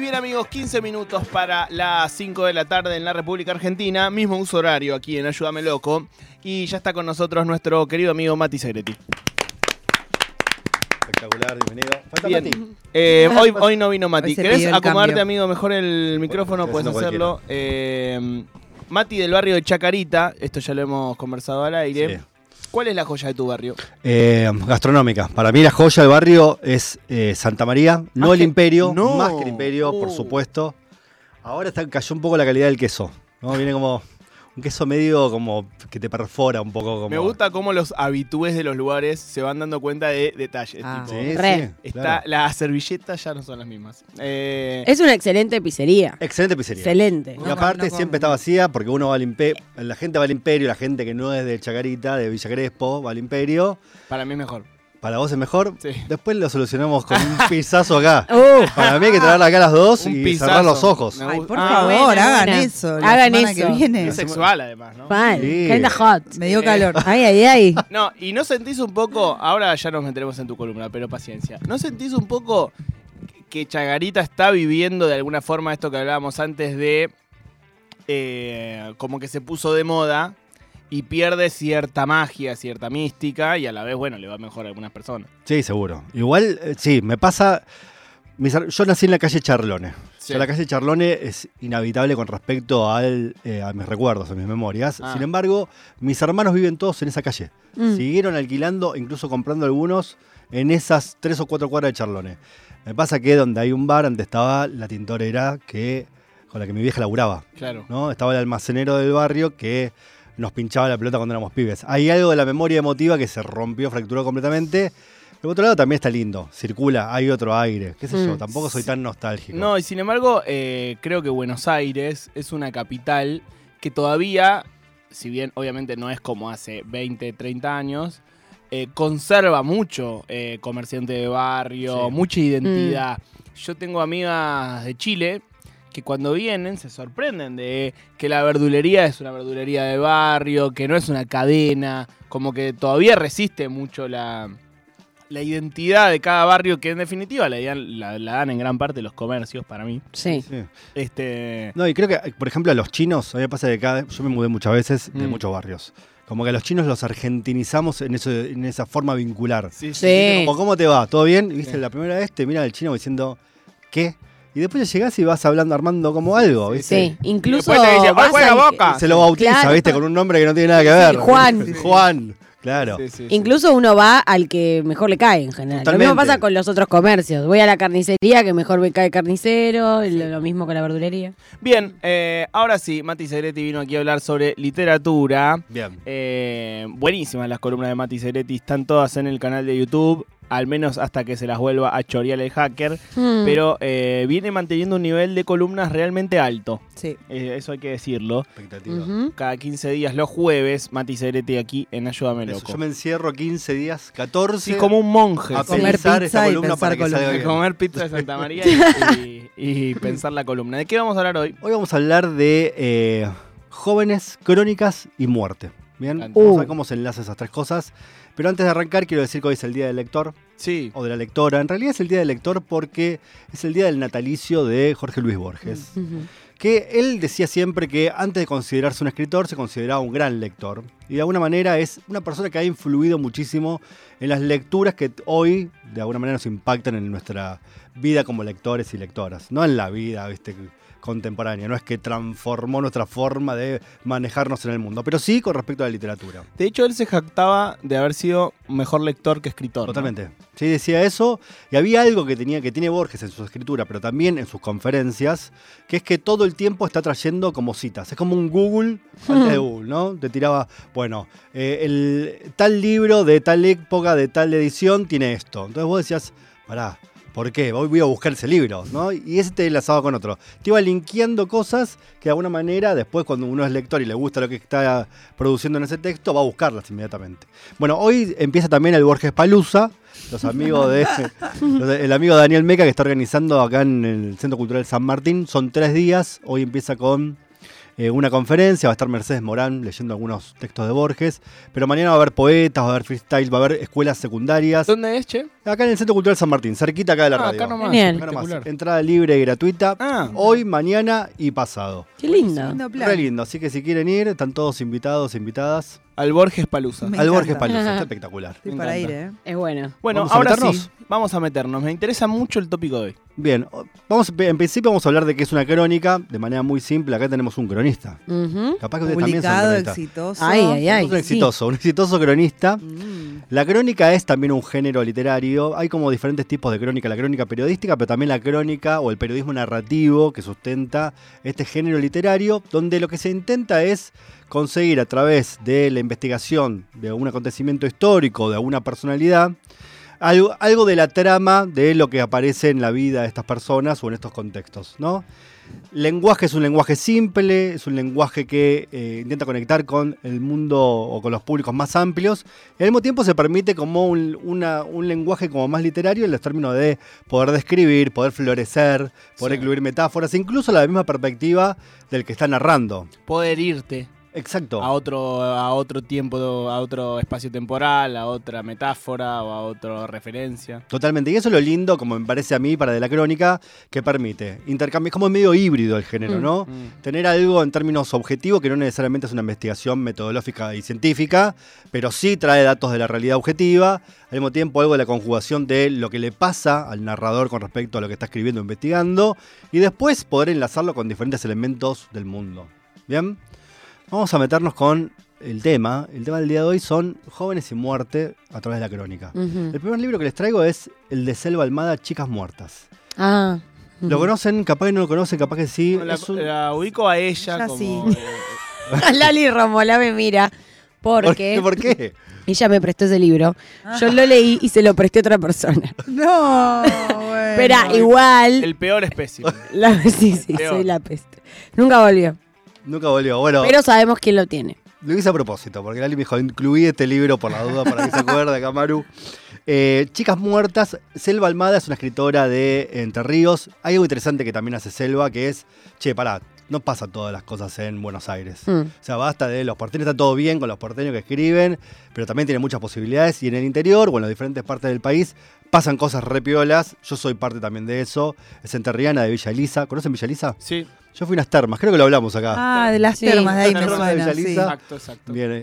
bien, amigos, 15 minutos para las 5 de la tarde en la República Argentina, mismo uso horario aquí en Ayúdame Loco, y ya está con nosotros nuestro querido amigo Mati Segretti. Espectacular, bienvenido. Falta bien. Mati. Hoy no vino Mati. ¿Querés acomodarte, cambio. amigo, mejor el micrófono? Puedes hacerlo. Mati del barrio de Chacarita, esto ya lo hemos conversado al aire. Sí. ¿Cuál es la joya de tu barrio? Gastronómica. Para mí la joya del barrio es Santa María, no el Imperio, no. más que el Imperio, por supuesto. Ahora cayó un poco la calidad del queso, ¿no? Viene como un queso medio como que te perfora un poco. Como... Me gusta cómo los habitués de los lugares se van dando cuenta de detalles. Tipo, Sí, claro. Las servilletas ya no son las mismas. Es una excelente pizzería. Excelente pizzería. Excelente. Y aparte siempre está vacía porque uno va al Imperio, la gente va al Imperio, la gente que no es de Chacarita, de Villa Crespo, va al Imperio. Para mí es mejor. Para vos es mejor. Sí. Después lo solucionamos con un pizazo acá. Para mí hay que traer acá las dos Un y pizazo. cerrar los ojos. Ay, por Ah, favor, buena, hagan buena. eso. La Hagan semana eso. que viene. Es sexual, además, ¿no? Fan. Sí. Kinda hot. Me dio calor. Ay, ay, ay. No, y no sentís un poco, ahora ya nos meteremos en tu columna, pero paciencia. ¿No sentís un poco que Chacarita está viviendo de alguna forma esto que hablábamos antes de como que se puso de moda y pierde cierta magia, cierta mística y a la vez, bueno, le va mejor a algunas personas? Sí, seguro. Igual, sí, me pasa... Yo nací en la calle Charlone. Sí. O sea, la calle Charlone es inhabitable con respecto a mis recuerdos, a mis memorias. Ah. Sin embargo, mis hermanos viven todos en esa calle. Mm. Siguieron alquilando, incluso comprando algunos en esas 3 o 4 cuadras de Charlone. Me pasa que donde hay un bar, antes estaba la tintorera con la que mi vieja laburaba. Claro. ¿No? Estaba el almacenero del barrio que nos pinchaba la pelota cuando éramos pibes. Hay algo de la memoria emotiva que se rompió, fracturó completamente. Por otro lado también está lindo, circula, hay otro aire, qué sé yo, tampoco soy tan nostálgico. No, y sin embargo, creo que Buenos Aires es una capital que todavía, si bien obviamente no es como hace 20, 30 años, conserva mucho comerciante de barrio, Sí. mucha identidad. Yo tengo amigas de Chile que cuando vienen se sorprenden de que la verdulería es una verdulería de barrio, que no es una cadena, como que todavía resiste mucho la identidad de cada barrio, que en definitiva la dan en gran parte los comercios para mí. Sí. Sí. No, y creo que, por ejemplo, a los chinos, a mí me pasa que yo me mudé muchas veces de muchos barrios. Como que a los chinos los argentinizamos en esa forma vincular. Sí. Sí. Como, ¿cómo te va? ¿Todo bien? Y viste, Sí. la primera vez te mira el chino diciendo, ¿qué? Y después ya llegás y vas hablando, armando como algo, ¿viste? Sí. Incluso. Después te dice, vas juega al- Boca. Y se lo bautiza, Claro. ¿viste? Con un nombre que no tiene nada que ver. Juan. Juan, claro. Sí. Incluso uno va al que mejor le cae en general. Totalmente. Lo mismo pasa con los otros comercios. Voy a la carnicería que mejor me cae el carnicero, y lo mismo con la verdulería. Bien, ahora sí, Mati Segretti vino aquí a hablar sobre literatura. Bien. Buenísimas las columnas de Mati Segretti, están todas en el canal de YouTube, al menos hasta que se las vuelva a chorear el hacker, pero viene manteniendo un nivel de columnas realmente alto, Sí. eso hay que decirlo. Expectativa. Ujú. Cada 15 días, los jueves, Mati Segretti aquí en Ayúdame Eso, Loco. yo me encierro 15 días, 14 Sí, como un monje. a Comer pensar pizza esa y columna pensar para que salga columna. De bien. comer pizza de Santa María y pensar la columna. ¿De qué vamos a hablar hoy? Hoy vamos a hablar de jóvenes, crónicas y muerte. Bien, Encanta. vamos a ver cómo se enlazan esas tres cosas. Pero antes de arrancar, quiero decir que hoy es el día del lector Sí. o de la lectora. En realidad es el día del lector porque es el día del natalicio de Jorge Luis Borges. Ujú. Que él decía siempre que antes de considerarse un escritor se consideraba un gran lector. Y de alguna manera es una persona que ha influido muchísimo en las lecturas que hoy de alguna manera nos impactan en nuestra vida como lectores y lectoras. No en la vida, ¿viste? Contemporánea, no es que transformó nuestra forma de manejarnos en el mundo, pero sí con respecto a la literatura. De hecho, él se jactaba de haber sido mejor lector que escritor, ¿no? Totalmente. Sí, decía eso. Y había algo que tiene Borges en su escritura, pero también en sus conferencias, que es que todo el tiempo está trayendo como citas. Es como un Google antes de Google, ¿no? Te tiraba, bueno, el tal libro de tal época, de tal edición, tiene esto. Entonces vos decías, pará, ¿por qué? Hoy voy a buscar ese libro, ¿no? Y ese te enlazaba con otro. Te iba linkeando cosas que de alguna manera, después cuando uno es lector y le gusta lo que está produciendo en ese texto, va a buscarlas inmediatamente. Bueno, hoy empieza también el Borges Palusa, los amigos el amigo Daniel Meca que está organizando acá en el Centro Cultural San Martín. Son 3 días, hoy empieza con una conferencia, va a estar Mercedes Morán leyendo algunos textos de Borges, pero mañana va a haber poetas, va a haber freestyle, va a haber escuelas secundarias. ¿Dónde es, che? Acá en el Centro Cultural San Martín, cerquita acá de la radio. Acá nomás. Genial. Acá nomás. Espectacular. Entrada libre y gratuita, Hoy. mañana y pasado. Qué lindo. Lindo plan. Re lindo, así que si quieren ir, están todos invitados, invitadas. Al Borges Palusa. Me Al Borges encanta. Palusa, está espectacular. Estoy Me para ir, encanta. ¿eh? Es bueno. Bueno, ¿Vamos a ahora meternos? sí, vamos a meternos. Me interesa mucho el tópico de hoy. Bien, en principio vamos a hablar de qué es una crónica, de manera muy simple. Acá tenemos un cronista. Ujú. Capaz que ustedes también son Publicado, cronistas. exitoso. Ay. Un exitoso cronista. Mm. La crónica es también un género literario. Hay como diferentes tipos de crónica. La crónica periodística, pero también la crónica o el periodismo narrativo que sustenta este género literario, donde lo que se intenta es conseguir a través de la investigación de un acontecimiento histórico, de alguna personalidad, algo de la trama de lo que aparece en la vida de estas personas o en estos contextos, ¿no? Lenguaje es un lenguaje simple, es un lenguaje que intenta conectar con el mundo o con los públicos más amplios y al mismo tiempo se permite como un lenguaje como más literario en los términos de poder describir, poder florecer, poder Sí. incluir metáforas, incluso la misma perspectiva del que está narrando. Poder irte Exacto. a otro tiempo, a otro espacio temporal, a otra metáfora o a otra referencia. Totalmente, y eso es lo lindo, como me parece a mí, para de la crónica, que permite intercambiar, como medio híbrido el género, ¿no? Tener algo en términos objetivos, que no necesariamente es una investigación metodológica y científica, pero sí trae datos de la realidad objetiva, al mismo tiempo algo de la conjugación de lo que le pasa al narrador con respecto a lo que está escribiendo o investigando, y después poder enlazarlo con diferentes elementos del mundo. ¿Bien? Vamos a meternos con el tema. El tema del día de hoy son jóvenes y muerte a través de la crónica. Ujú. El primer libro que les traigo es el de Selva Almada, Chicas Muertas. Ah. ¿Lo conocen? Capaz que no lo conocen, capaz que sí. La ubico a ella Ya como... sí. Lali Romola me mira porque ¿Por qué? ella me prestó ese libro. Yo lo leí y se lo presté a otra persona. No, bueno. Espera, igual. El peor espécimen. Sí, Peor. soy la peste. Nunca volvió. Nunca volvió. Bueno, Pero sabemos quién lo tiene. lo hice a propósito, porque Lali me dijo, incluí este libro por la duda, para que se acuerde, Camaru. Chicas Muertas, Selva Almada es una escritora de Entre Ríos. Hay algo interesante que también hace Selva, que es, pará, no pasa todas las cosas en Buenos Aires. Mm. O sea, basta de los porteños, está todo bien con los porteños que escriben, pero también tiene muchas posibilidades. Y en el interior o en las diferentes partes del país pasan cosas re piolas. Yo soy parte también de eso. Es enterriana de Villa Elisa. ¿Conocen Villa Elisa? Sí. Yo fui a unas termas, creo que lo hablamos acá. Ah, de las Sí. termas, de ahí me Las termas de suena, sí. Villaliza. Exacto. Bien,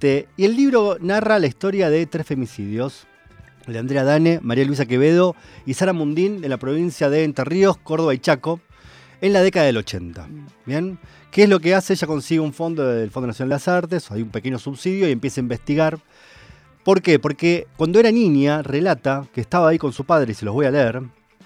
y el libro narra la historia de 3 femicidios. De Andrea Dane, María Luisa Quevedo y Sara Mundín en la provincia de Entre Ríos, Córdoba y Chaco, en la década del 80. ¿Bien? ¿Qué es lo que hace? Ella consigue un fondo del Fondo Nacional de las Artes, hay un pequeño subsidio y empieza a investigar. ¿Por qué? Porque cuando era niña relata que estaba ahí con su padre, y se los voy a leer,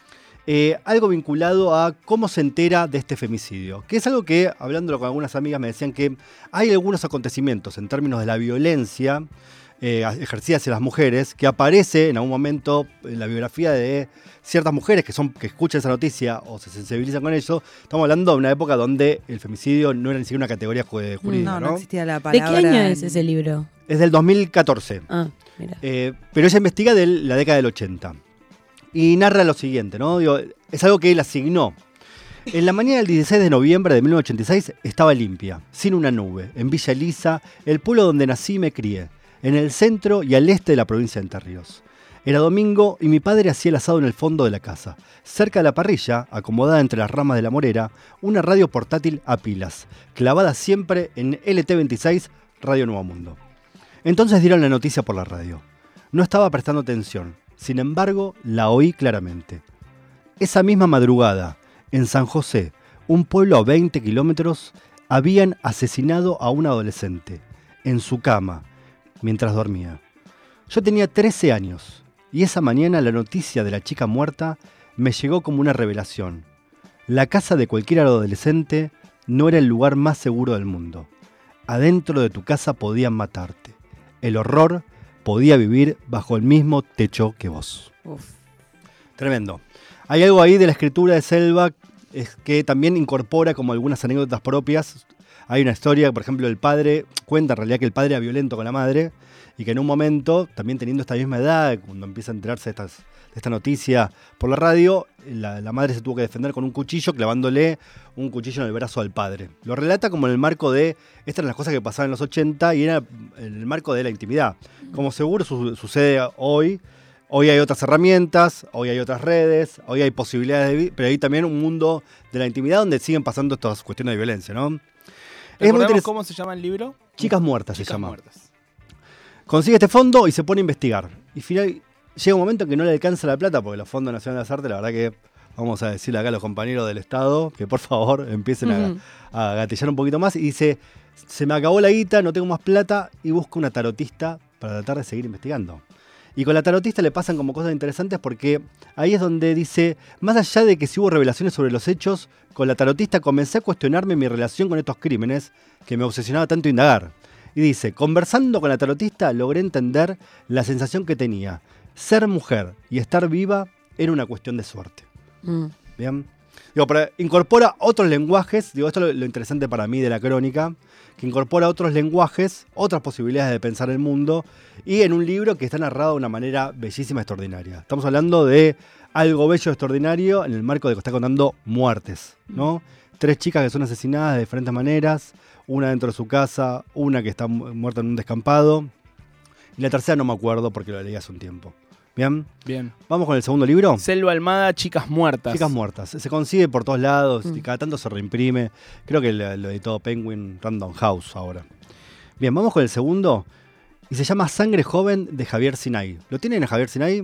algo vinculado a cómo se entera de este femicidio, que es algo que, hablándolo con algunas amigas, me decían que hay algunos acontecimientos en términos de la violencia ejercida hacia las mujeres, que aparece en algún momento en la biografía de ciertas mujeres que escuchan esa noticia o se sensibilizan con eso. Estamos hablando de una época donde el femicidio no era ni siquiera una categoría jurídica, No, no existía la ¿De palabra. qué año es ese libro? Es del 2014. Ah, mira. Pero ella investiga de la década del 80. Y narra lo siguiente, ¿no? Digo, es algo que él asignó. En la mañana del 16 de noviembre de 1986 estaba limpia, sin una nube, en Villa Elisa, el pueblo donde nací y me crié, en el centro y al este de la provincia de Entre Ríos. Era domingo y mi padre hacía el asado en el fondo de la casa. Cerca de la parrilla, acomodada entre las ramas de la morera, una radio portátil a pilas, clavada siempre en LT26, Radio Nuevo Mundo. Entonces dieron la noticia por la radio. No estaba prestando atención, sin embargo, la oí claramente. Esa misma madrugada, en San José, un pueblo a 20 kilómetros, habían asesinado a un adolescente, en su cama, mientras dormía. Yo tenía 13 años, y esa mañana la noticia de la chica muerta me llegó como una revelación. La casa de cualquier adolescente no era el lugar más seguro del mundo. Adentro de tu casa podían matarte. El horror podía vivir bajo el mismo techo que vos. Uf. Tremendo. Hay algo ahí de la escritura de Selva que también incorpora como algunas anécdotas propias Hay una historia, por ejemplo, el padre cuenta en realidad que el padre era violento con la madre y que en un momento, también teniendo esta misma edad, cuando empieza a enterarse de esta noticia por la radio, la madre se tuvo que defender con un cuchillo, clavándole un cuchillo en el brazo al padre. Lo relata como en el marco de, estas eran las cosas que pasaban en los 80 y era en el marco de la intimidad. Como seguro sucede hoy. Hoy hay otras herramientas, hoy hay otras redes, hoy hay posibilidades de vivir, pero hay también un mundo de la intimidad donde siguen pasando estas cuestiones de violencia, ¿no? ¿Cómo se llama el libro? Chicas Muertas Chicas se llama. Muertas. Consigue este fondo y se pone a investigar. Y llega un momento en que no le alcanza la plata, porque los fondos nacionales de las artes, la verdad que vamos a decirle acá a los compañeros del Estado que por favor empiecen a gatillar un poquito más. Y dice, se me acabó la guita, no tengo más plata, y busca una tarotista para tratar de seguir investigando. Y con la tarotista le pasan como cosas interesantes porque ahí es donde dice, más allá de que si hubo revelaciones sobre los hechos, con la tarotista comencé a cuestionarme mi relación con estos crímenes que me obsesionaba tanto indagar. Y dice, conversando con la tarotista logré entender la sensación que tenía. Ser mujer y estar viva era una cuestión de suerte. ¿Bien? Digo, pero incorpora otros lenguajes, digo, esto es lo interesante para mí de la crónica, que incorpora otros lenguajes, otras posibilidades de pensar el mundo, y en un libro que está narrado de una manera bellísima, extraordinaria. Estamos hablando de algo bello, extraordinario, en el marco de que está contando muertes, ¿no? 3 chicas que son asesinadas de diferentes maneras, una dentro de su casa, una que está muerta en un descampado, y la tercera no me acuerdo porque lo leí hace un tiempo. ¿Bien? Bien. ¿Vamos con el segundo libro? Selva Almada, Chicas Muertas. Chicas Muertas. Se consigue por todos lados y cada tanto se reimprime. Creo que lo editó Penguin Random House ahora. Bien, vamos con el segundo. Y se llama Sangre Joven de Javier Sinay. ¿Lo tienen a Javier Sinay?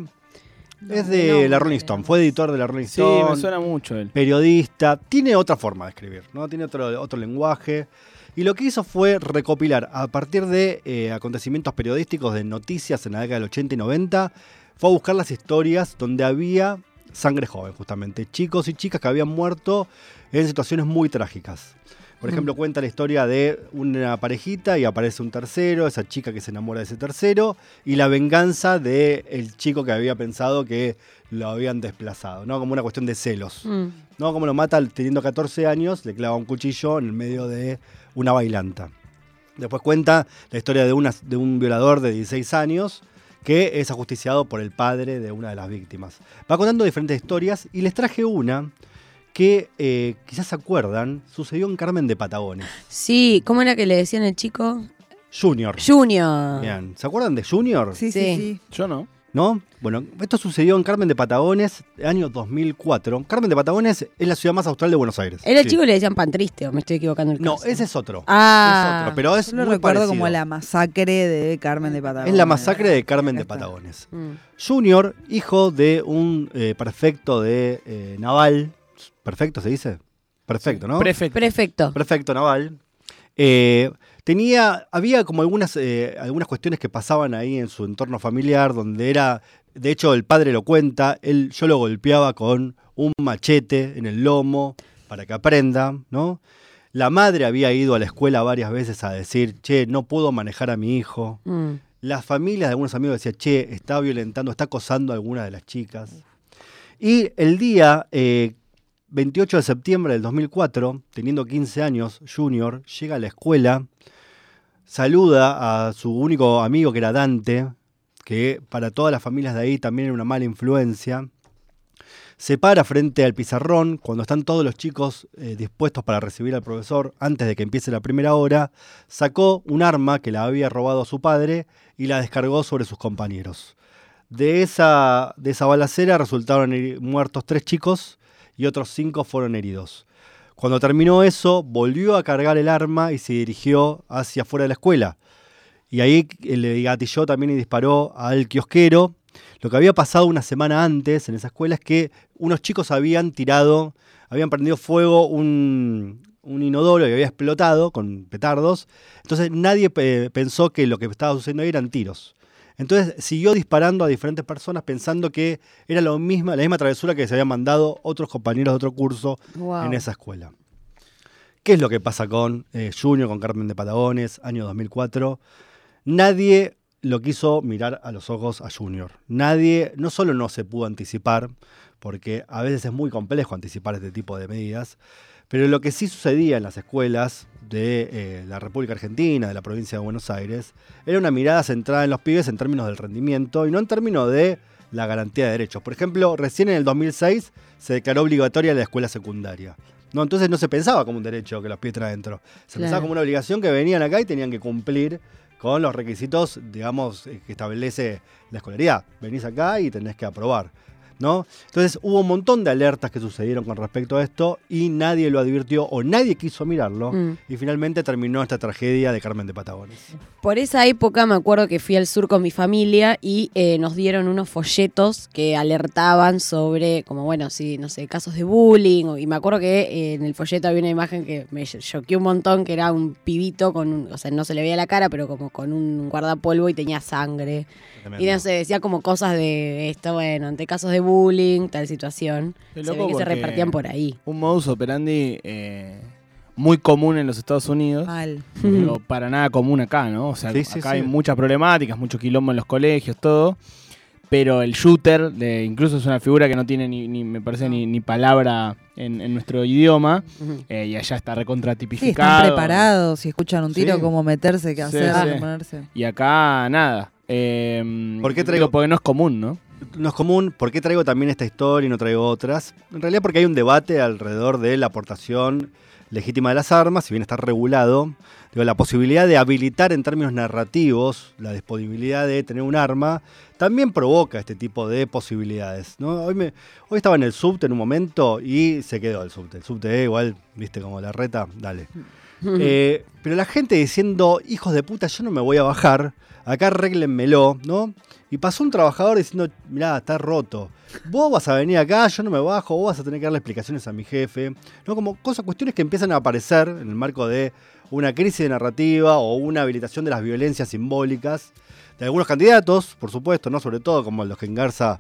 Es de la Rolling Stone. Fue editor de la Rolling Stone. Sí, me suena mucho él. Periodista. Tiene otra forma de escribir, ¿no? Tiene otro lenguaje. Y lo que hizo fue recopilar a partir de acontecimientos periodísticos de noticias en la década del 80 y 90. Fue a buscar las historias donde había sangre joven, justamente. Chicos y chicas que habían muerto en situaciones muy trágicas. Por ejemplo, cuenta la historia de una parejita y aparece un tercero, esa chica que se enamora de ese tercero, y la venganza del chico que había pensado que lo habían desplazado, ¿no? Como una cuestión de celos. ¿No? Como lo mata teniendo 14 años, le clava un cuchillo en el medio de una bailanta. Después cuenta la historia de un violador de 16 años que es ajusticiado por el padre de una de las víctimas. Va contando diferentes historias y les traje una que quizás se acuerdan, sucedió en Carmen de Patagones. Sí, ¿cómo era que le decían el chico? Junior. Junior. Bien, ¿se acuerdan de Junior? Sí. Yo no. ¿No? Bueno, esto sucedió en Carmen de Patagones, año 2004. Carmen de Patagones es la ciudad más austral de Buenos Aires. Era el chico que le decían pan triste, o me estoy equivocando el No, caso. ese es otro. Ah. Es otro, pero es Yo lo muy recuerdo parecido. como la masacre de Carmen de Patagones. Es la masacre de Carmen de Acá está. Patagones. Junior, hijo de un prefecto de naval. ¿Perfecto se dice? Perfecto, ¿no? Perfecto. Prefecto naval. Había como algunas cuestiones que pasaban ahí en su entorno familiar, donde era, de hecho el padre lo cuenta, yo lo golpeaba con un machete en el lomo para que aprenda, ¿no? La madre había ido a la escuela varias veces a decir, che, no puedo manejar a mi hijo. Las familias de algunos amigos decían, che, está violentando, está acosando a alguna de las chicas. Y el día 28 de septiembre del 2004, teniendo 15 años, Junior llega a la escuela, saluda a su único amigo que era Dante, que para todas las familias de ahí también era una mala influencia. Se para frente al pizarrón cuando están todos los chicos dispuestos para recibir al profesor antes de que empiece la primera hora. Sacó un arma que la había robado a su padre y la descargó sobre sus compañeros. De esa balacera resultaron muertos 3 chicos y otros 5 fueron heridos. Cuando terminó eso, volvió a cargar el arma y se dirigió hacia afuera de la escuela. Y ahí le gatilló también y disparó al kiosquero. Lo que había pasado una semana antes en esa escuela es que unos chicos habían prendido fuego un inodoro que había explotado con petardos. Entonces nadie pensó que lo que estaba sucediendo ahí eran tiros. Entonces siguió disparando a diferentes personas pensando que era la misma travesura que se habían mandado otros compañeros de otro curso en esa escuela. ¿Qué es lo que pasa con Junior, con Carmen de Patagones, año 2004? Nadie lo quiso mirar a los ojos a Junior. Nadie, no solo no se pudo anticipar, porque a veces es muy complejo anticipar este tipo de medidas. Pero lo que sí sucedía en las escuelas de la República Argentina, de la provincia de Buenos Aires, era una mirada centrada en los pibes en términos del rendimiento y no en términos de la garantía de derechos. Por ejemplo, recién en el 2006 se declaró obligatoria la escuela secundaria. No, entonces no se pensaba como un derecho que los pibes estén adentro. Se pensaba como una obligación que venían acá y tenían que cumplir con los requisitos, digamos, que establece la escolaridad. Venís acá y tenés que aprobar, ¿no? Entonces hubo un montón de alertas que sucedieron con respecto a esto y nadie lo advirtió o nadie quiso mirarlo y finalmente terminó esta tragedia de Carmen de Patagones. Por esa época me acuerdo que fui al sur con mi familia y nos dieron unos folletos que alertaban sobre, como bueno, sí, no sé, casos de bullying. Y me acuerdo que en el folleto había una imagen que me choqueó un montón, que era un pibito o sea, no se le veía la cara, pero como con un guardapolvo y tenía sangre. Tremendo. Y no sé, decía como cosas de esto, bueno, ante casos de bullying, tal situación. Qué Se ve loco que se porque repartían por ahí. Un modus operandi muy común en los Estados Unidos, Mal. pero para nada común acá, ¿no? O sea, Sí, sí, acá sí. hay muchas problemáticas, mucho quilombo en los colegios, todo. Pero el shooter, incluso es una figura que no tiene me parece, ni palabra en nuestro idioma, y allá está Sí, recontratipificado. están preparados. Si escuchan un tiro, Sí. cómo meterse, qué Sí, hacer, sí. qué ponerse. Y acá nada. ¿Por qué traigo- Porque no es común, ¿no? No es común. ¿Por qué traigo también esta historia y no traigo otras? En realidad porque hay un debate alrededor de la aportación legítima de las armas, si bien está regulado. Digo, la posibilidad de habilitar en términos narrativos la disponibilidad de tener un arma también provoca este tipo de posibilidades, ¿no? Hoy estaba en el subte en un momento y se quedó el subte. El subte igual, viste, como la reta, dale. Pero la gente diciendo, hijos de puta, yo no me voy a bajar, acá arréglenmelo, ¿no? Y pasó un trabajador diciendo, mirá, está roto. Vos vas a venir acá, yo no me bajo, vos vas a tener que darle explicaciones a mi jefe, ¿no? Como cuestiones que empiezan a aparecer en el marco de una crisis de narrativa o una habilitación de las violencias simbólicas de algunos candidatos, por supuesto, ¿no? Sobre todo como los que engarza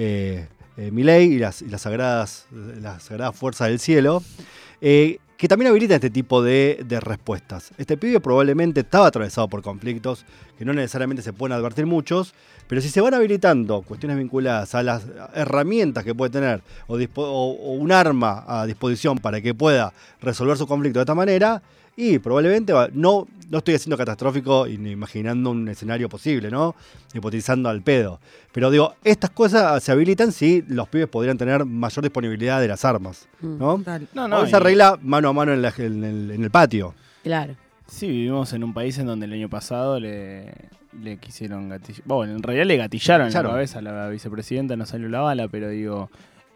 Milei y las sagradas fuerzas del cielo, que también habilita este tipo de respuestas. Este pibe probablemente estaba atravesado por conflictos que no necesariamente se pueden advertir muchos, pero si se van habilitando cuestiones vinculadas a las herramientas que puede tener o un arma a disposición para que pueda resolver su conflicto de esta manera, y probablemente no estoy haciendo catastrófico y ni imaginando un escenario posible, ¿no? Hipotizando al pedo. Pero digo, estas cosas se habilitan si los pibes podrían tener mayor disponibilidad de las armas, ¿no? Total. No, Hoy se arregla mano a mano en el patio. Claro. Sí, vivimos en un país en donde el año pasado le quisieron gatillar. Bueno, en realidad le gatillaron en la cabeza a la vicepresidenta, no salió la bala, pero digo,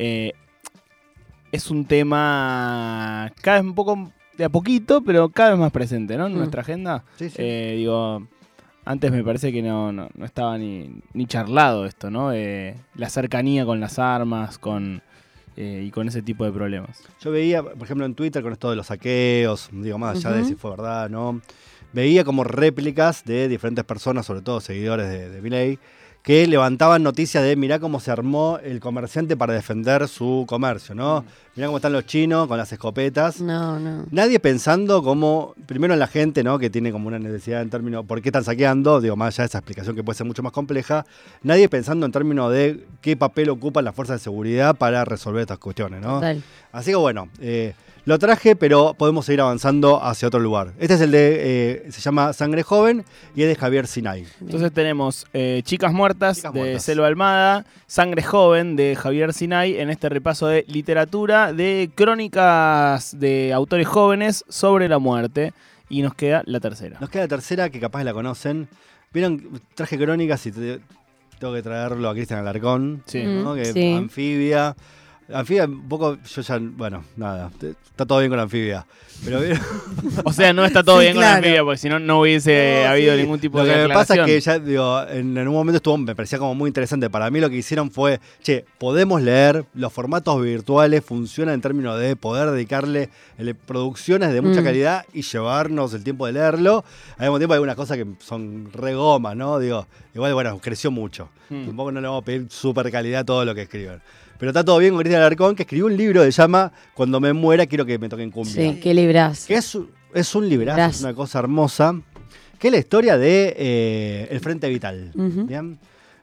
es un tema cada vez un poco de a poquito, pero cada vez más presente, ¿no? En nuestra agenda. Sí, sí. Digo, antes me parece que no estaba ni charlado esto, ¿no? La cercanía con las armas, y con ese tipo de problemas. Yo veía, por ejemplo, en Twitter con esto de los saqueos, digo, más allá de si fue verdad, ¿no? Veía como réplicas de diferentes personas, sobre todo seguidores de Milei, que levantaban noticias de mirá cómo se armó el comerciante para defender su comercio, ¿no? Mirá cómo están los chinos con las escopetas. No. Nadie pensando como, primero en la gente, ¿no? Que tiene como una necesidad en términos, ¿por qué están saqueando? Digo, más allá de esa explicación que puede ser mucho más compleja. Nadie pensando en términos de qué papel ocupan las fuerzas de seguridad para resolver estas cuestiones, ¿no? Total. Así que bueno, lo traje, pero podemos seguir avanzando hacia otro lugar. Este es el de, se llama Sangre Joven y es de Javier Sinay. Entonces tenemos Chicas Muertas Chicas de Muertas. Selva Almada, Sangre Joven de Javier Sinay en este repaso de literatura, de crónicas de autores jóvenes sobre la muerte. Y nos queda la tercera. Nos queda la tercera, que capaz la conocen. Vieron, traje crónicas y tengo que traerlo a Cristian Alarcón, Sí. ¿no? Que Sí. Anfibia, un poco, yo ya, bueno, nada, está todo bien con Anfibia. Pero O sea, no está todo Sí, bien con claro. la Anfibia, porque si no, no hubiese habido ningún tipo lo de que me aclaración. pasa es que ya, digo, en un momento me parecía como muy interesante. Para mí lo que hicieron fue, podemos leer, los formatos virtuales funcionan en términos de poder dedicarle producciones de mucha calidad y llevarnos el tiempo de leerlo. Al mismo tiempo hay algunas cosas que son re gomas, ¿no? Digo, igual, bueno, creció mucho. Tampoco no le vamos a pedir super calidad todo lo que escriben. Pero está todo bien con Cristian Alarcón, que escribió un libro que se llama Cuando me muera quiero que me toquen cumbia. Sí, qué librazo. Que es un librazo, es una cosa hermosa. Que es la historia de El Frente Vital. Ujú. ¿Bien?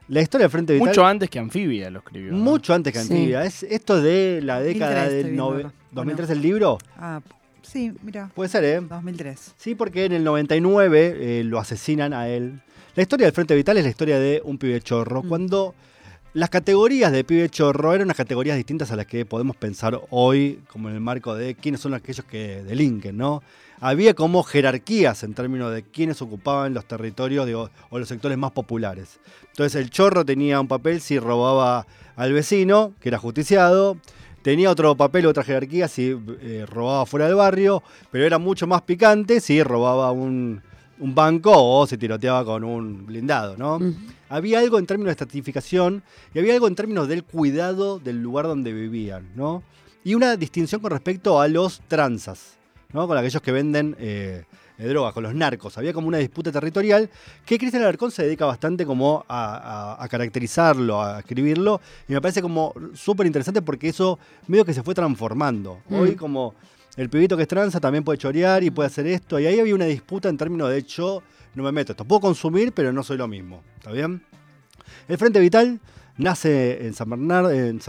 La historia del Frente Vital... Mucho antes que Anfibia lo escribió. ¿no? Mucho antes que Sí. Anfibia. Esto es de la década 2003 del estoy viendo acá. 2003 el libro. Ah, sí, mira, Puede ser, ¿eh? 2003. Sí, porque en el 99 lo asesinan a él. La historia del Frente Vital es la historia de un pibe chorro. Cuando las categorías de pibe chorro eran unas categorías distintas a las que podemos pensar hoy, como en el marco de quiénes son aquellos que delinquen, ¿no? Había como jerarquías en términos de quiénes ocupaban los territorios o los sectores más populares. Entonces el chorro tenía un papel si robaba al vecino, que era justiciado. Tenía otro papel, otra jerarquía si robaba fuera del barrio, pero era mucho más picante si robaba un banco o se tiroteaba con un blindado, ¿no? Había algo en términos de estratificación y había algo en términos del cuidado del lugar donde vivían, ¿no? Y una distinción con respecto a los tranzas, ¿no? Con aquellos que venden drogas, con los narcos. Había como una disputa territorial que Cristian Alarcón se dedica bastante como a caracterizarlo, a escribirlo, y me parece como súper interesante porque eso medio que se fue transformando. Hoy como el pibito que es tranza también puede chorear y puede hacer esto, y ahí había una disputa en términos de yo no me meto esto, puedo consumir pero no soy lo mismo, ¿está bien? El Frente Vital nace en San Bernardo, en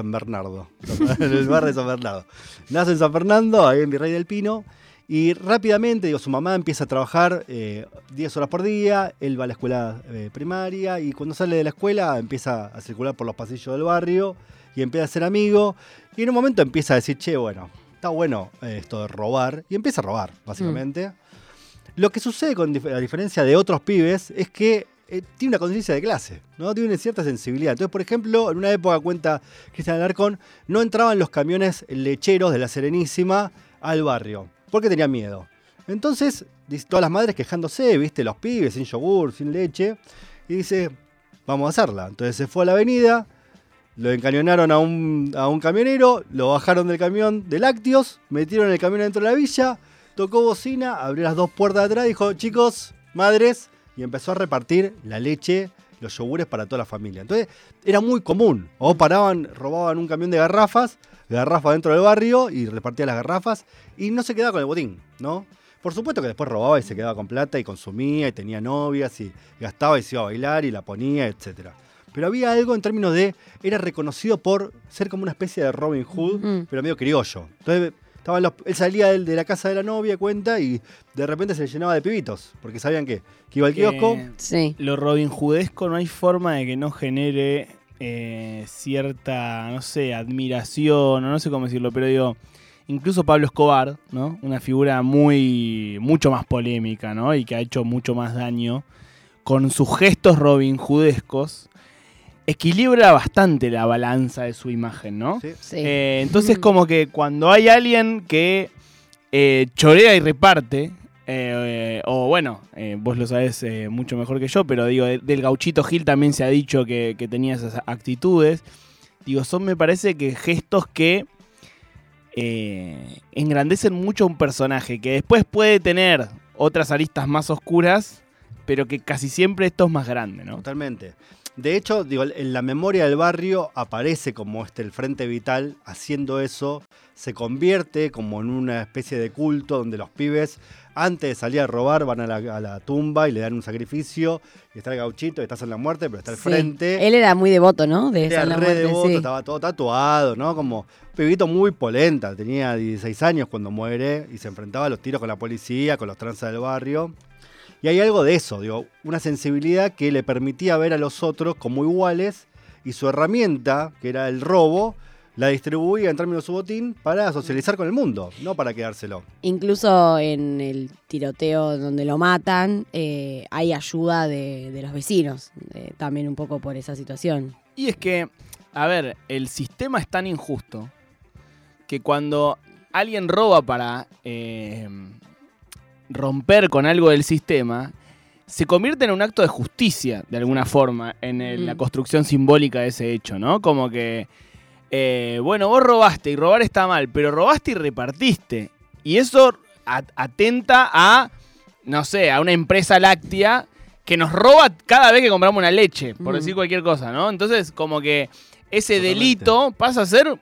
el barrio de San Bernardo. Nace en San Fernando, ahí en Virrey del Pino, y rápidamente, su mamá empieza a trabajar 10 horas por día, él va a la escuela primaria, y cuando sale de la escuela empieza a circular por los pasillos del barrio, y empieza a ser amigo, y en un momento empieza a decir, che, bueno, está bueno esto de robar, y empieza a robar, básicamente. Lo que sucede, a diferencia de otros pibes, es que tiene una conciencia de clase, ¿no? Tiene una cierta sensibilidad. Entonces, por ejemplo, en una época, cuenta Cristian Alarcón, no entraban los camiones lecheros de la Serenísima al barrio, porque tenían miedo. Entonces, todas las madres quejándose, viste, los pibes sin yogur, sin leche, y dice, vamos a hacerla. Entonces se fue a la avenida, lo encañonaron a un camionero, lo bajaron del camión de lácteos, metieron el camión dentro de la villa, tocó bocina, abrió las dos puertas de atrás, dijo, chicos, madres, y empezó a repartir la leche, los yogures para toda la familia. Entonces era muy común. O robaban un camión de garrafas dentro del barrio y repartía las garrafas y no se quedaba con el botín, ¿no? Por supuesto que después robaba y se quedaba con plata y consumía y tenía novias y gastaba y se iba a bailar y la ponía, etc. Pero había algo en términos de, era reconocido por ser como una especie de Robin Hood, pero medio criollo. Entonces él salía de la casa de la novia, cuenta, y de repente se le llenaba de pibitos, porque sabían que iba al kiosco. Sí. Lo Robin Hoodesco no hay forma de que no genere cierta, no sé, admiración, o no sé cómo decirlo, pero digo, incluso Pablo Escobar, ¿no? Una figura mucho más polémica, ¿no? Y que ha hecho mucho más daño, con sus gestos Robin Hoodescos, equilibra bastante la balanza de su imagen, ¿no? Sí. Sí. Entonces como que cuando hay alguien que chorea y reparte, o bueno, vos lo sabés mucho mejor que yo, pero digo, del Gauchito Gil también se ha dicho que tenía esas actitudes. Digo, son me parece que gestos que engrandecen mucho a un personaje, que después puede tener otras aristas más oscuras, pero que casi siempre esto es más grande, ¿no? Totalmente. De hecho, digo, en la memoria del barrio aparece como el Frente Vital haciendo eso, se convierte como en una especie de culto donde los pibes, antes de salir a robar, van a la tumba y le dan un sacrificio, y está el Gauchito, estás en la muerte, pero está al Sí. frente. Él era muy devoto, ¿no? De Era San La re Muerte, devoto, sí. estaba todo tatuado, ¿no? Como un pibito muy polenta, tenía 16 años cuando muere y se enfrentaba a los tiros con la policía, con los tranzas del barrio. Y hay algo de eso, digo, una sensibilidad que le permitía ver a los otros como iguales y su herramienta, que era el robo, la distribuía en términos de su botín para socializar con el mundo, no para quedárselo. Incluso en el tiroteo donde lo matan, hay ayuda de los vecinos, también un poco por esa situación. Y es que, a ver, el sistema es tan injusto que cuando alguien roba para romper con algo del sistema, se convierte en un acto de justicia, de alguna forma, en la construcción simbólica de ese hecho, ¿no? Como que, bueno, vos robaste y robar está mal, pero robaste y repartiste. Y eso atenta a, no sé, a una empresa láctea que nos roba cada vez que compramos una leche, por decir cualquier cosa, ¿no? Entonces, como que ese Totalmente. delito pasa a ser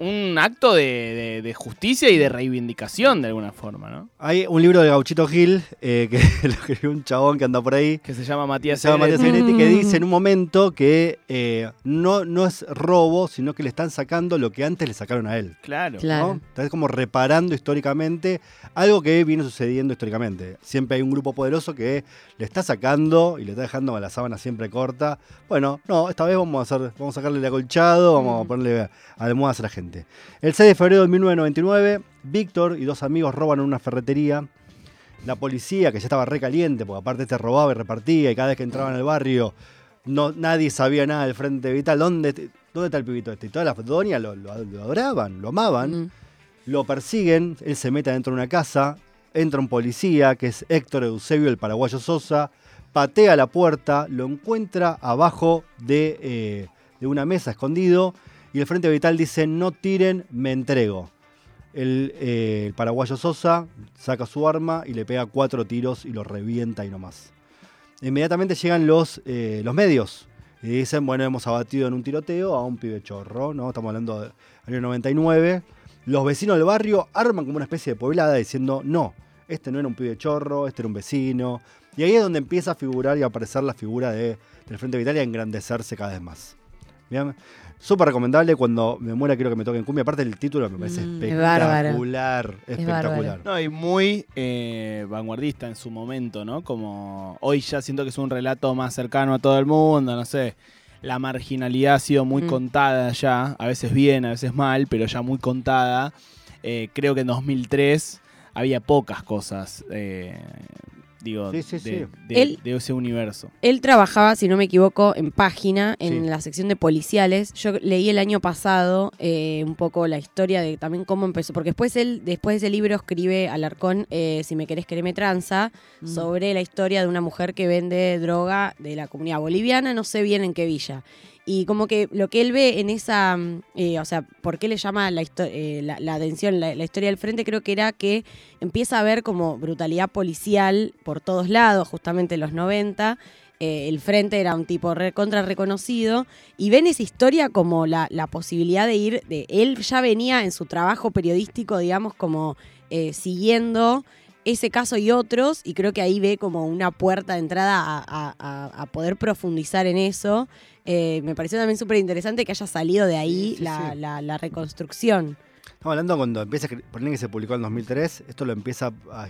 un acto de justicia y de reivindicación de alguna forma, ¿no? Hay un libro de Gauchito Gil, que lo escribió un chabón que anda por ahí, Que se llama Matías se llama Matías Segretti. Segretti, que dice en un momento que no es robo, sino que le están sacando lo que antes le sacaron a él. Claro. Claro. ¿no? Está como reparando históricamente algo que viene sucediendo históricamente. Siempre hay un grupo poderoso que le está sacando y le está dejando con la sábana siempre corta. Bueno, no, esta vez vamos a sacarle el acolchado, vamos a ponerle almohadas a la gente. El 6 de febrero de 1999, Víctor y 2 amigos roban en una ferretería. La policía, que ya estaba re caliente, porque aparte robaba y repartía, y cada vez que entraba en el barrio, nadie sabía nada del Frente Vital. ¿Dónde está el pibito este? Y todas las doñas lo adoraban, lo amaban. Lo persiguen, él se mete adentro de una casa, entra un policía, que es Héctor Eusebio, el paraguayo Sosa, patea la puerta, lo encuentra abajo de una mesa escondido, y el Frente Vital dice: no tiren, me entrego. El paraguayo Sosa saca su arma y le pega 4 tiros y lo revienta y no más. Inmediatamente llegan los medios y dicen: bueno, hemos abatido en un tiroteo a un pibe chorro, ¿no? Estamos hablando del año 99. Los vecinos del barrio arman como una especie de poblada diciendo: no, este no era un pibe chorro, este era un vecino. Y ahí es donde empieza a figurar y a aparecer la figura del Frente Vital y a engrandecerse cada vez más. ¿Bien? Súper recomendable. Cuando me muera quiero que me toquen cumbia. Aparte el título me parece espectacular. Espectacular. No, y muy vanguardista en su momento, ¿no? Como hoy ya siento que es un relato más cercano a todo el mundo, no sé. La marginalidad ha sido muy contada ya, a veces bien, a veces mal, pero ya muy contada. Creo que en 2003 había pocas cosas, Sí. de ese universo. Él trabajaba, si no me equivoco, en Página, en Sí. la sección de policiales. Yo leí el año pasado un poco la historia de también cómo empezó, porque después de ese libro escribe Alarcón, Si me querés, quereme tranza, sobre la historia de una mujer que vende droga de la comunidad boliviana, no sé bien en qué villa. Y como que lo que él ve en esa, o sea, ¿por qué le llama la atención la historia del Frente? Creo que era que empieza a haber como brutalidad policial por todos lados, justamente en los 90. El Frente era un tipo recontra reconocido. Y ven esa historia como la posibilidad de ir, él ya venía en su trabajo periodístico, digamos, como siguiendo ese caso y otros, y creo que ahí ve como una puerta de entrada a poder profundizar en eso. Me pareció también súper interesante que haya salido de ahí Sí. la reconstrucción. Estamos hablando cuando empieza, ponen que se publicó en 2003, esto lo empieza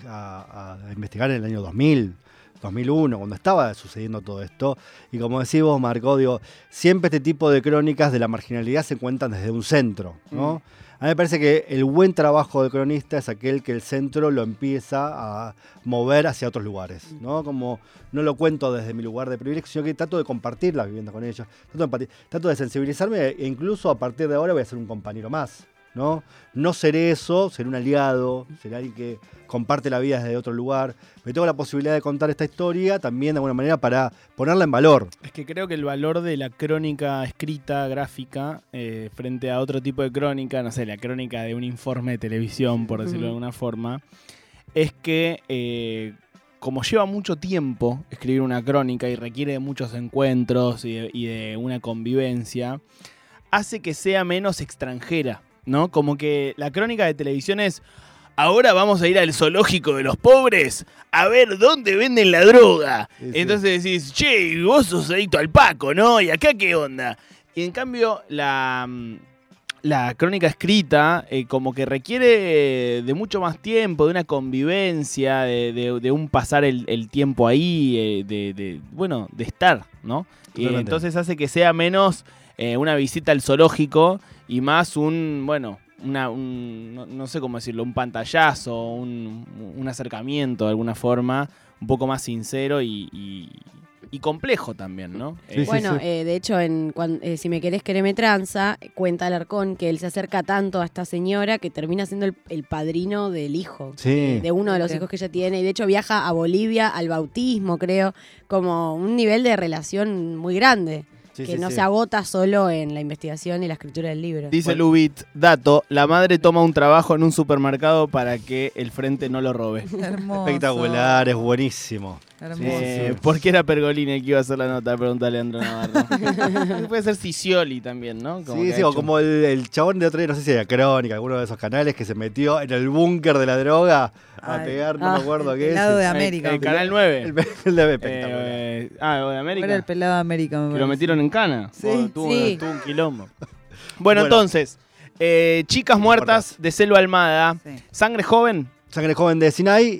a investigar en el año 2000, 2001, cuando estaba sucediendo todo esto. Y como decís vos, Marco, digo, siempre este tipo de crónicas de la marginalidad se cuentan desde un centro, ¿no? A mí me parece que el buen trabajo de cronista es aquel que el centro lo empieza a mover hacia otros lugares, ¿no? Como no lo cuento desde mi lugar de privilegio, sino que trato de compartir la vivienda con ellos, trato de sensibilizarme e incluso a partir de ahora voy a ser un compañero más, ¿no? No seré eso, seré un aliado, seré alguien que comparte la vida desde otro lugar, pero tengo la posibilidad de contar esta historia también de alguna manera para ponerla en valor. Es que creo que el valor de la crónica escrita, gráfica, frente a otro tipo de crónica, no sé, la crónica de un informe de televisión, por decirlo de alguna forma, es que como lleva mucho tiempo escribir una crónica y requiere de muchos encuentros y de una convivencia, hace que sea menos extranjera, ¿no? Como que la crónica de televisión es: ahora vamos a ir al zoológico de los pobres a ver dónde venden la droga. Sí. Entonces decís: che, vos sos adicto al Paco, ¿no? ¿Y acá qué onda? Y en cambio la crónica escrita como que requiere de mucho más tiempo, de una convivencia, de un pasar el tiempo ahí, de estar, ¿no? Y Totalmente. entonces hace que sea menos una visita al zoológico y más no sé cómo decirlo, un pantallazo, un acercamiento de alguna forma, un poco más sincero y complejo también, ¿no? Sí, Bueno, sí. de hecho, Si me querés, quereme tranza, cuenta Alarcón que él se acerca tanto a esta señora que termina siendo el padrino del hijo, Sí. de uno de los hijos que ella tiene. Y de hecho viaja a Bolivia al bautismo, creo, como un nivel de relación muy grande. Sí, Que sí, no sí. se agota solo en la investigación y la escritura del libro. Dice Lubit, dato, la madre toma un trabajo en un supermercado para que el Frente no lo robe. Hermoso. Espectacular, es buenísimo. Hermoso. ¿Por qué era Pergolini el que iba a hacer la nota? Pregunta Leandro Navarro. Puede ser Scioli también, ¿no? Como Sí, que sí, ha o hecho- como el chabón de otro día, no sé si era Crónica, alguno de esos canales que se metió en el búnker de la droga a Ay. pegar, no me acuerdo qué El es. lado de El- América. el Canal 9. El de espectacular. lo de América. Era el pelado de América, me Que lo parece. metieron en cana. Sí. Oh, tuvo Sí. un quilombo. Bueno, Bueno. entonces, Chicas Muertas de Selva Almada, Sí. Sangre Joven Sangre Joven de Sinai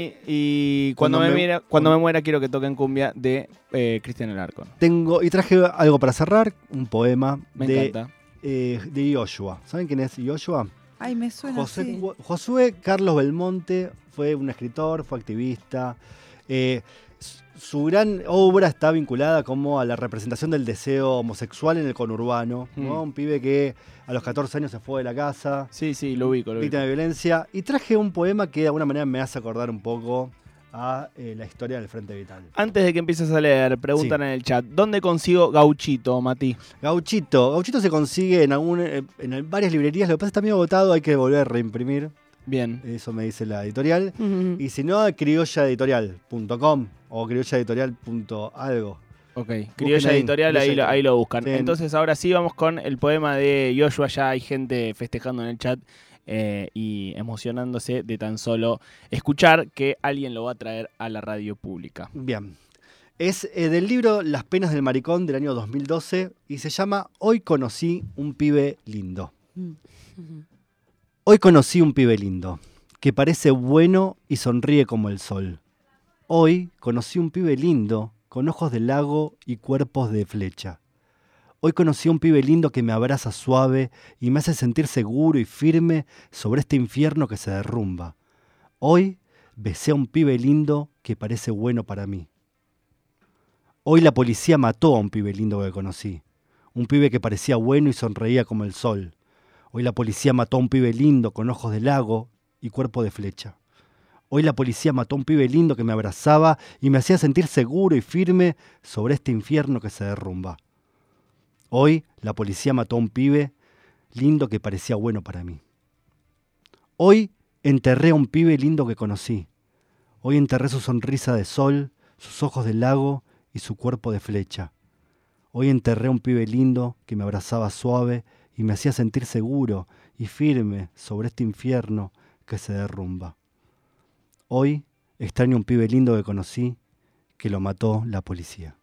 y Cuando me muera quiero que toquen cumbia de Cristian Alarcón. y traje algo para cerrar, un poema Me de encanta. Joshua. ¿Saben quién es Joshua? Ay, me suena así. Josué Carlos Belmonte fue un escritor, fue activista. Su gran obra está vinculada como a la representación del deseo homosexual en el conurbano, ¿no? Un pibe que a los 14 años se fue de la casa, Sí, lo ubico. víctima de violencia. Y traje un poema que de alguna manera me hace acordar un poco a la historia del Frente Vital. Antes de que empieces a leer, preguntan Sí. en el chat, ¿dónde consigo Gauchito, Mati? Gauchito se consigue en varias librerías, lo que pasa es que está medio agotado, hay que volver a reimprimir, Bien. eso me dice la editorial. Y si no, a criollaeditorial.com o criollaeditorial.algo. Ok, Criolla ahí, Editorial, Criolla ahí lo buscan. Sí. Entonces ahora sí vamos con el poema de Joshua. Ya hay gente festejando en el chat y emocionándose de tan solo escuchar que alguien lo va a traer a la radio pública. Bien. Es del libro Las penas del maricón del año 2012 y se llama Hoy conocí un pibe lindo. Hoy conocí un pibe lindo, que parece bueno y sonríe como el sol. Hoy conocí un pibe lindo, con ojos de lago y cuerpos de flecha. Hoy conocí un pibe lindo que me abraza suave y me hace sentir seguro y firme sobre este infierno que se derrumba. Hoy besé a un pibe lindo que parece bueno para mí. Hoy la policía mató a un pibe lindo que conocí. Un pibe que parecía bueno y sonreía como el sol. Hoy la policía mató a un pibe lindo con ojos de lago y cuerpo de flecha. Hoy la policía mató a un pibe lindo que me abrazaba y me hacía sentir seguro y firme sobre este infierno que se derrumba. Hoy la policía mató a un pibe lindo que parecía bueno para mí. Hoy enterré a un pibe lindo que conocí. Hoy enterré su sonrisa de sol, sus ojos de lago y su cuerpo de flecha. Hoy enterré a un pibe lindo que me abrazaba suave y me hacía sentir seguro y firme sobre este infierno que se derrumba. Hoy extraño a un pibe lindo que conocí que lo mató la policía.